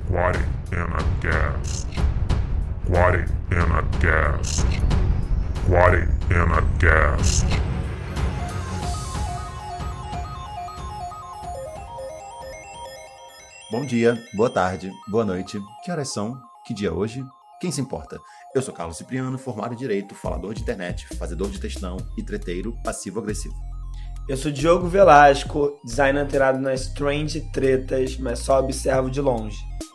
Quarentena Cast. Quarentena Cast. Quarentena Cast. Bom dia, boa tarde, boa noite. Que horas são? Que dia é hoje? Quem se importa? Eu sou Carlos Cipriano, formado em Direito, falador de internet, fazedor de textão e treteiro passivo-agressivo. Eu sou Diogo Velasco, designer antenado nas strange tretas, mas só observo de longe.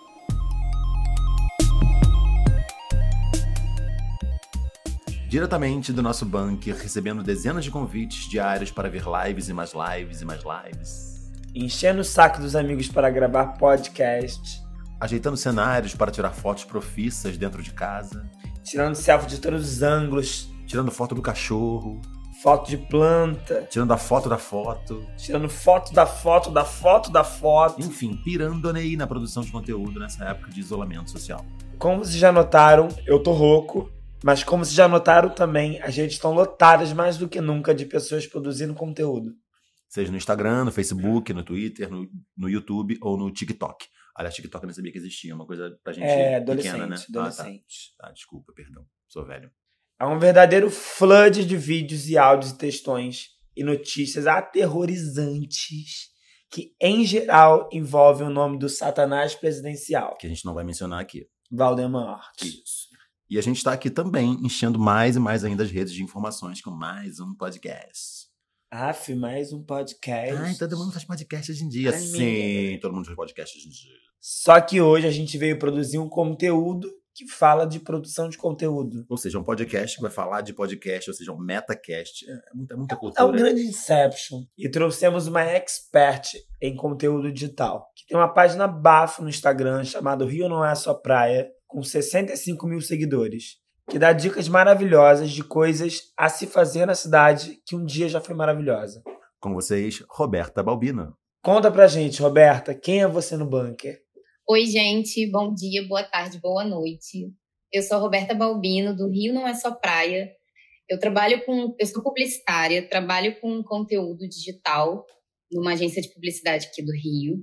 Diretamente do nosso bunker, recebendo dezenas de convites diários para ver lives e mais lives e mais lives. Enchendo o saco dos amigos para gravar podcast. Ajeitando cenários para tirar fotos profissas dentro de casa. Tirando selfie de todos os ângulos. Tirando foto do cachorro. Foto de planta. Tirando a foto da foto. Tirando foto da foto da foto da foto. Enfim, pirando-ne na produção de conteúdo nessa época de isolamento social. Como vocês já notaram, eu tô rouco. Mas como vocês já notaram também, as redes estão lotadas mais do que nunca de pessoas produzindo conteúdo. Seja no Instagram, no Facebook, no Twitter, no YouTube ou no TikTok. Aliás, TikTok eu não sabia que existia, uma coisa pra gente pequena, né? Adolescente. Tá, desculpa, perdão, sou velho. É um verdadeiro flood de vídeos e áudios e textões e notícias aterrorizantes que, em geral, envolvem o nome do satanás presidencial. Que a gente não vai mencionar aqui. Valdemort. Isso. E a gente tá aqui também enchendo mais e mais ainda as redes de informações com mais um podcast. Mais um podcast. Ai, todo mundo faz podcast hoje em dia. Ai, sim, todo mundo faz podcast hoje em dia. Só que hoje a gente veio produzir um conteúdo que fala de produção de conteúdo. Ou seja, um podcast que vai falar de podcast, ou seja, um metacast. É muita cultura. É um grande Inception. E trouxemos uma expert em conteúdo digital, que tem uma página bafo no Instagram chamada Rio Não É Só Praia, com 65 mil seguidores, que dá dicas maravilhosas de coisas a se fazer na cidade que um dia já foi maravilhosa. Com vocês, Roberta Balbino. Conta pra gente, Roberta, quem é você no bunker? Oi, gente. Bom dia, boa tarde, boa noite. Eu sou a Roberta Balbino, do Rio Não É Só Praia. Eu sou publicitária, trabalho com conteúdo digital numa agência de publicidade aqui do Rio.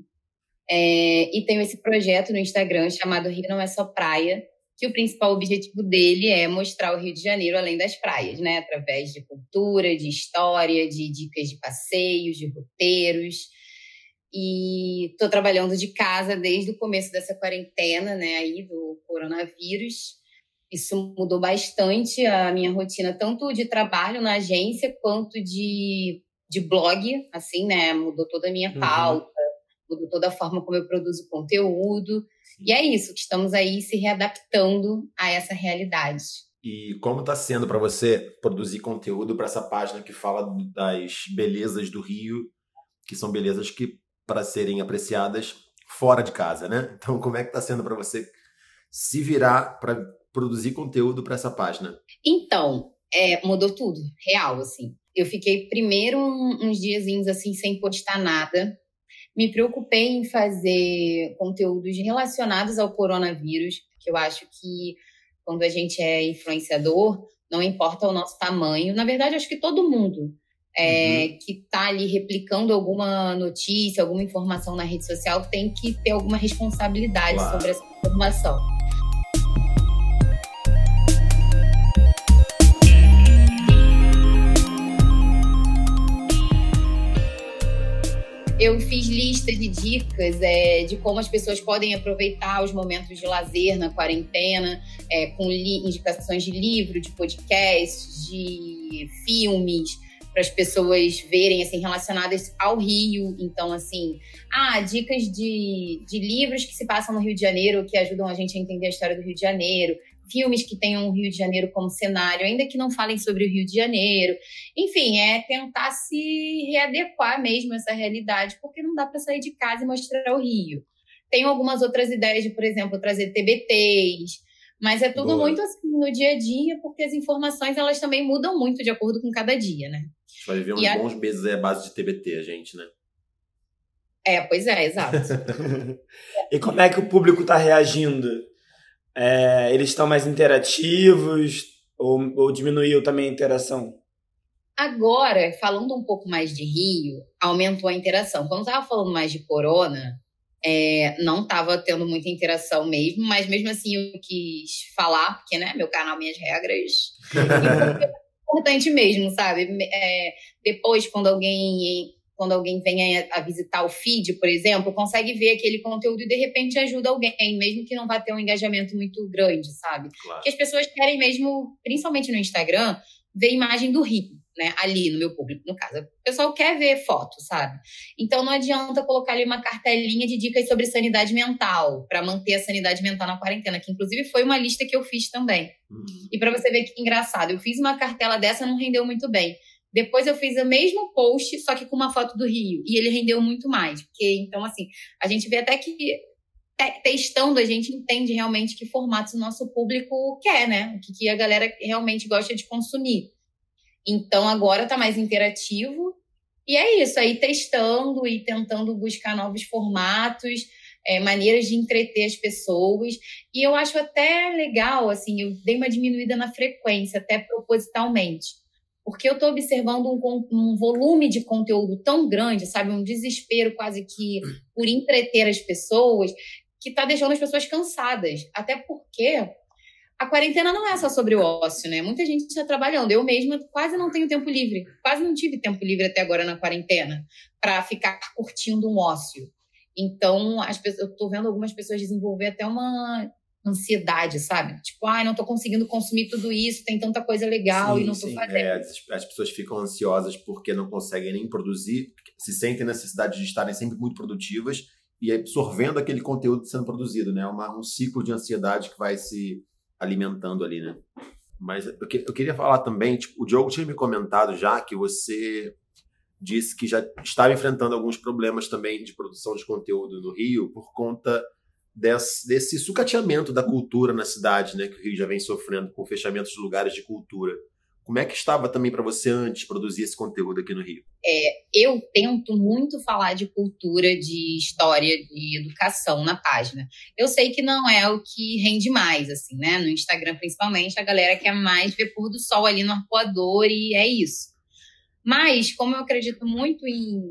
E tenho esse projeto no Instagram chamado Rio Não É Só Praia, que o principal objetivo dele é mostrar o Rio de Janeiro além das praias, né? Através de cultura, de história, de dicas de passeios, de roteiros. E estou trabalhando de casa desde o começo dessa quarentena, né, aí do coronavírus. Isso mudou bastante a minha rotina, tanto de trabalho na agência quanto de blog, assim, né? Mudou toda a minha pauta, mudou toda a forma como eu produzo conteúdo. E é isso, estamos aí se readaptando a essa realidade. E como está sendo para você produzir conteúdo para essa página que fala das belezas do Rio, que são belezas que para serem apreciadas fora de casa, né? Então, como é que está sendo para você se virar para produzir conteúdo para essa página? Então, mudou tudo, real, assim. Eu fiquei primeiro uns diazinhos assim sem postar nada. Me preocupei em fazer conteúdos relacionados ao coronavírus, porque eu acho que quando a gente é influenciador, não importa o nosso tamanho. Na verdade, acho que todo mundo que está ali replicando alguma notícia, alguma informação na rede social, tem que ter alguma responsabilidade sobre essa informação. Eu fiz lista de dicas de como as pessoas podem aproveitar os momentos de lazer na quarentena, com indicações de livro, de podcast, de filmes, para as pessoas verem, assim, relacionadas ao Rio. Então, assim, dicas de livros que se passam no Rio de Janeiro, que ajudam a gente a entender a história do Rio de Janeiro, filmes que tenham o Rio de Janeiro como cenário, ainda que não falem sobre o Rio de Janeiro. Enfim, tentar se readequar mesmo a essa realidade, porque não dá para sair de casa e mostrar o Rio. Tenho algumas outras ideias de, por exemplo, trazer TBTs, mas é tudo muito assim no dia a dia, porque as informações elas também mudam muito de acordo com cada dia, né? A gente vai viver uns bons meses à base de TBT, a gente, né? Pois é, exato. E como é que o público está reagindo? Eles estão mais interativos ou diminuiu também a interação? Agora, falando um pouco mais de Rio, aumentou a interação. Quando estava falando mais de corona, Não estava tendo muita interação mesmo, mas mesmo assim eu quis falar, porque, né, meu canal, minhas regras. E é importante mesmo, sabe? Depois, quando alguém vem a visitar o feed, por exemplo, consegue ver aquele conteúdo e de repente ajuda alguém, mesmo que não vá ter um engajamento muito grande, sabe? Claro. Porque as pessoas querem mesmo, principalmente no Instagram, ver a imagem do Rio, né? Ali no meu público, no caso. O pessoal quer ver foto, sabe? Então não adianta colocar ali uma cartelinha de dicas sobre sanidade mental, para manter a sanidade mental na quarentena, que inclusive foi uma lista que eu fiz também. E para você ver que engraçado, eu fiz uma cartela dessa, não rendeu muito bem. Depois eu fiz o mesmo post, só que com uma foto do Rio, e ele rendeu muito mais. Porque, então, assim, a gente vê até que testando, a gente entende realmente que formatos o nosso público quer, né? O que a galera realmente gosta de consumir. Então, agora tá mais interativo. E é isso, aí testando e tentando buscar novos formatos, maneiras de entreter as pessoas. E eu acho até legal, assim, eu dei uma diminuída na frequência, até propositalmente. Porque eu tô observando um volume de conteúdo tão grande, sabe? Um desespero quase que por entreter as pessoas, que tá deixando as pessoas cansadas. Até porque a quarentena não é só sobre o ócio, né? Muita gente está trabalhando. Eu mesma quase não tenho tempo livre. Quase não tive tempo livre até agora na quarentena para ficar curtindo um ócio. Então, eu tô vendo algumas pessoas desenvolver até uma ansiedade, sabe? Tipo, não tô conseguindo consumir tudo isso, tem tanta coisa legal e não tô fazendo. As pessoas ficam ansiosas porque não conseguem nem produzir, se sentem necessidade de estarem sempre muito produtivas e absorvendo aquele conteúdo sendo produzido, né? Um ciclo de ansiedade que vai se alimentando ali, né? Mas eu queria falar também, tipo, o Diogo tinha me comentado já que você disse que já estava enfrentando alguns problemas também de produção de conteúdo no Rio por conta desse sucateamento da cultura na cidade, né? Que o Rio já vem sofrendo com fechamentos de lugares de cultura. Como é que estava também para você antes produzir esse conteúdo aqui no Rio? Eu tento muito falar de cultura, de história, de educação na página. Eu sei que não é o que rende mais, assim, né? No Instagram, principalmente, a galera quer mais ver pôr do sol ali no arpoador e é isso. Mas, como eu acredito muito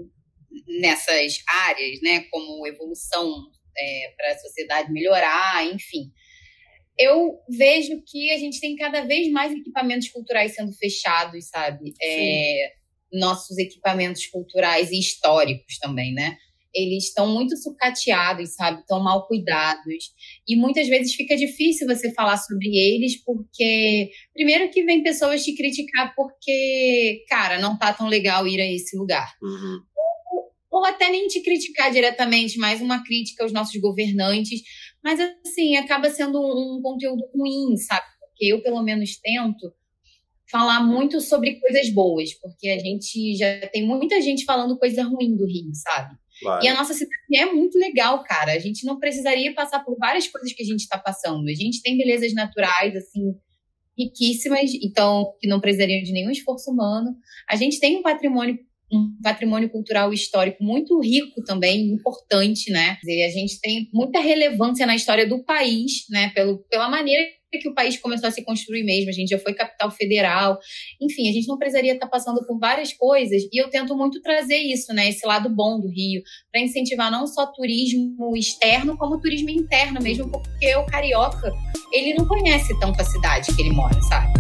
nessas áreas, né? Como evolução para a sociedade melhorar, enfim. Eu vejo que a gente tem cada vez mais equipamentos culturais sendo fechados, sabe? Nossos equipamentos culturais e históricos também, né? Eles estão muito sucateados, sabe? Estão mal cuidados. E muitas vezes fica difícil você falar sobre eles porque, primeiro que vem pessoas te criticar porque, cara, não tá tão legal ir a esse lugar. Uhum. Ou até nem te criticar diretamente, mas uma crítica aos nossos governantes. Mas, assim, acaba sendo um conteúdo ruim, sabe? Porque eu, pelo menos, tento falar muito sobre coisas boas, porque a gente já tem muita gente falando coisa ruim do Rio, sabe? Claro. E a nossa cidade é muito legal, cara. A gente não precisaria passar por várias coisas que a gente está passando. A gente tem belezas naturais, assim, riquíssimas, então, que não precisariam de nenhum esforço humano. A gente tem um patrimônio cultural e histórico muito rico também, importante, né? E a gente tem muita relevância na história do país, né? Pela maneira que o país começou a se construir mesmo. A gente já foi capital federal. Enfim, a gente não precisaria estar passando por várias coisas. E eu tento muito trazer isso, né? Esse lado bom do Rio, para incentivar não só turismo externo, como turismo interno mesmo, porque o carioca, ele não conhece tanto a cidade que ele mora, sabe?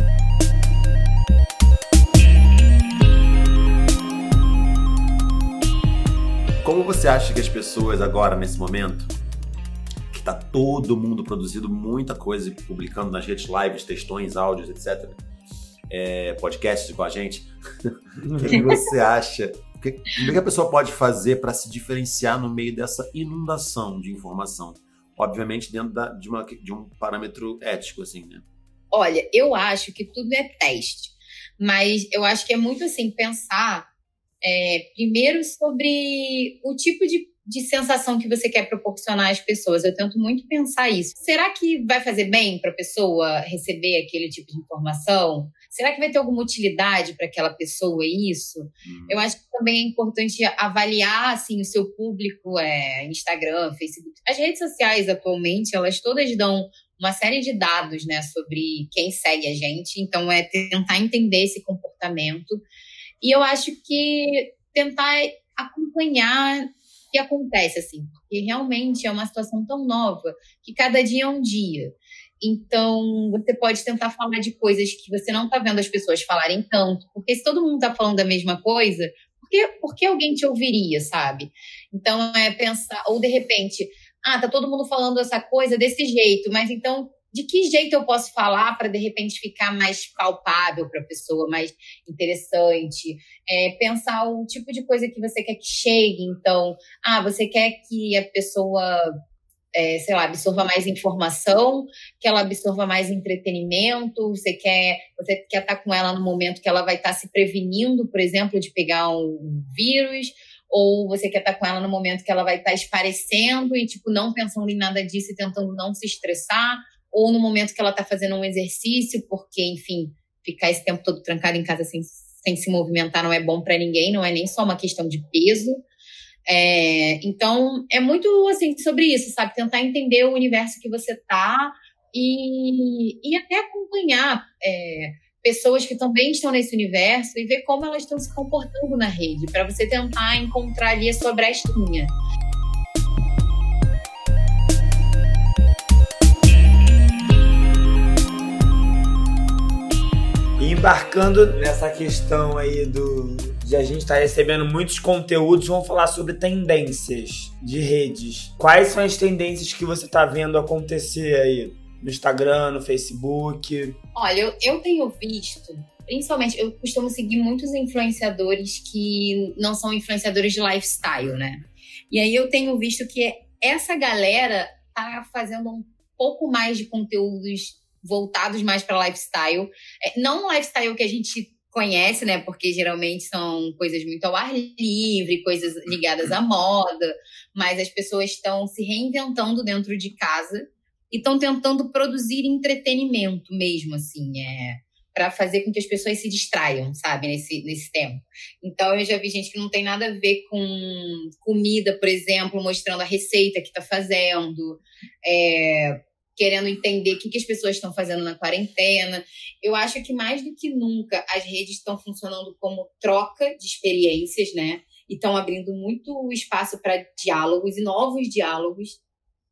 Como você acha que as pessoas agora, nesse momento, que tá todo mundo produzindo muita coisa, publicando nas redes, lives, textões, áudios, etc., podcasts com a gente, o que você acha? O que a pessoa pode fazer para se diferenciar no meio dessa inundação de informação? Obviamente dentro de um parâmetro ético, assim, né? Olha, eu acho que tudo é teste, mas eu acho que é muito, assim, pensar primeiro sobre o tipo de sensação que você quer proporcionar às pessoas. Eu tento muito pensar isso. Será que vai fazer bem para a pessoa receber aquele tipo de informação? Será que vai ter alguma utilidade para aquela pessoa isso? Eu acho que também é importante avaliar assim, o seu público, Instagram, Facebook. As redes sociais, atualmente, elas todas dão uma série de dados, né, sobre quem segue a gente. Então, tentar entender esse comportamento. E eu acho que tentar acompanhar que acontece, assim, porque realmente é uma situação tão nova que cada dia é um dia. Então, você pode tentar falar de coisas que você não está vendo as pessoas falarem tanto, porque se todo mundo está falando da mesma coisa, por que alguém te ouviria, sabe? Então, é pensar, ou de repente, tá todo mundo falando essa coisa desse jeito, mas então, de que jeito eu posso falar para, de repente, ficar mais palpável para a pessoa, mais interessante? Pensar o tipo de coisa que você quer que chegue. Então, você quer que a pessoa, absorva mais informação, que ela absorva mais entretenimento, você quer estar com ela no momento que ela vai estar se prevenindo, por exemplo, de pegar um vírus, ou você quer estar com ela no momento que ela vai estar esparecendo e, não pensando em nada disso e tentando não se estressar, ou no momento que ela está fazendo um exercício, porque, enfim, ficar esse tempo todo trancado em casa sem se movimentar não é bom para ninguém, não é nem só uma questão de peso. Então, é muito, assim, sobre isso, sabe? Tentar entender o universo que você tá e até acompanhar pessoas que também estão nesse universo e ver como elas estão se comportando na rede, para você tentar encontrar ali a sua brechinha. E embarcando nessa questão aí de a gente estar recebendo muitos conteúdos, vamos falar sobre tendências de redes. Quais são as tendências que você está vendo acontecer aí no Instagram, no Facebook? Olha, eu tenho visto, principalmente, eu costumo seguir muitos influenciadores que não são influenciadores de lifestyle, né? E aí eu tenho visto que essa galera tá fazendo um pouco mais de conteúdos voltados mais para lifestyle. Não o lifestyle que a gente conhece, né? Porque geralmente são coisas muito ao ar livre, coisas ligadas à moda, mas as pessoas estão se reinventando dentro de casa e estão tentando produzir entretenimento mesmo, assim, para fazer com que as pessoas se distraiam, sabe, nesse tempo. Então, eu já vi gente que não tem nada a ver com comida, por exemplo, mostrando a receita que está fazendo, querendo entender o que as pessoas estão fazendo na quarentena. Eu acho que mais do que nunca as redes estão funcionando como troca de experiências, né? E estão abrindo muito espaço para diálogos e novos diálogos.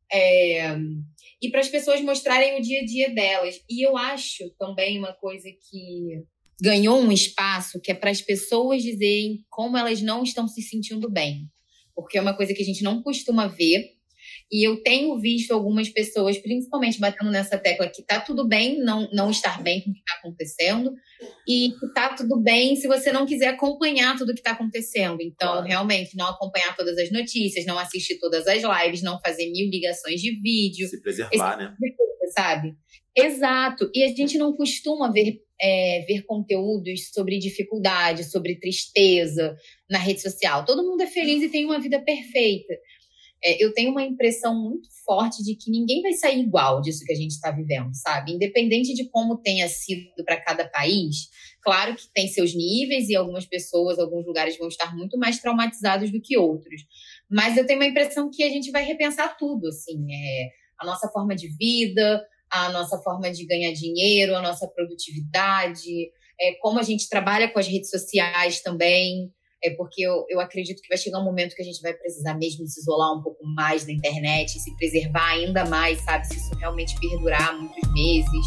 E para as pessoas mostrarem o dia a dia delas. E eu acho também uma coisa que ganhou um espaço que é para as pessoas dizerem como elas não estão se sentindo bem. Porque é uma coisa que a gente não costuma ver. E eu tenho visto algumas pessoas, principalmente batendo nessa tecla que tá tudo bem não estar bem com o que está acontecendo e que tá tudo bem se você não quiser acompanhar tudo o que está acontecendo. Então, realmente, não acompanhar todas as notícias, não assistir todas as lives, não fazer 1000 ligações de vídeo. Se preservar, né? Sabe? Exato. E a gente não costuma ver conteúdos sobre dificuldade, sobre tristeza na rede social. Todo mundo é feliz e tem uma vida perfeita. Eu tenho uma impressão muito forte de que ninguém vai sair igual disso que a gente está vivendo, sabe? Independente de como tenha sido para cada país, claro que tem seus níveis e algumas pessoas, alguns lugares vão estar muito mais traumatizados do que outros. Mas eu tenho uma impressão que a gente vai repensar tudo, assim, a nossa forma de vida, a nossa forma de ganhar dinheiro, a nossa produtividade, como a gente trabalha com as redes sociais também. Porque eu acredito que vai chegar um momento que a gente vai precisar mesmo se isolar um pouco mais da internet, se preservar ainda mais, sabe? Se isso realmente perdurar muitos meses.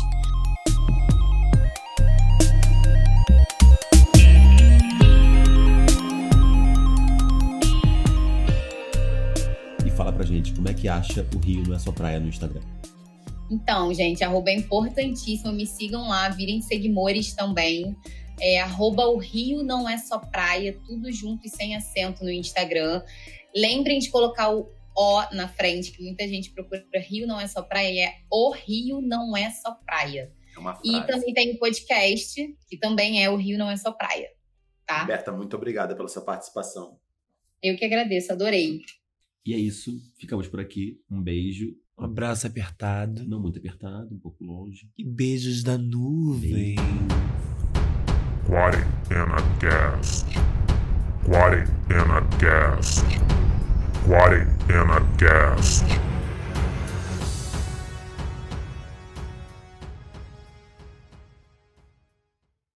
E fala pra gente, como é que acha o Rio Não É Só Praia no Instagram? Então, gente, @ é importantíssimo, me sigam lá, virem seguidores também. @o Rio Não É Só Praia, tudo junto e sem acento no Instagram. Lembrem de colocar o O na frente, que muita gente procura Rio Não É Só Praia, e é o Rio Não É Só Praia. É uma frase. E também tem o podcast, que também é o Rio Não É Só Praia, tá? Roberta, muito obrigada pela sua participação. Eu que agradeço, adorei. E é isso, ficamos por aqui. Um beijo. Um abraço apertado. Não muito apertado, um pouco longe. E beijos da nuvem. Quarentena Cast. Quarentena Cast. Quarentena Cast.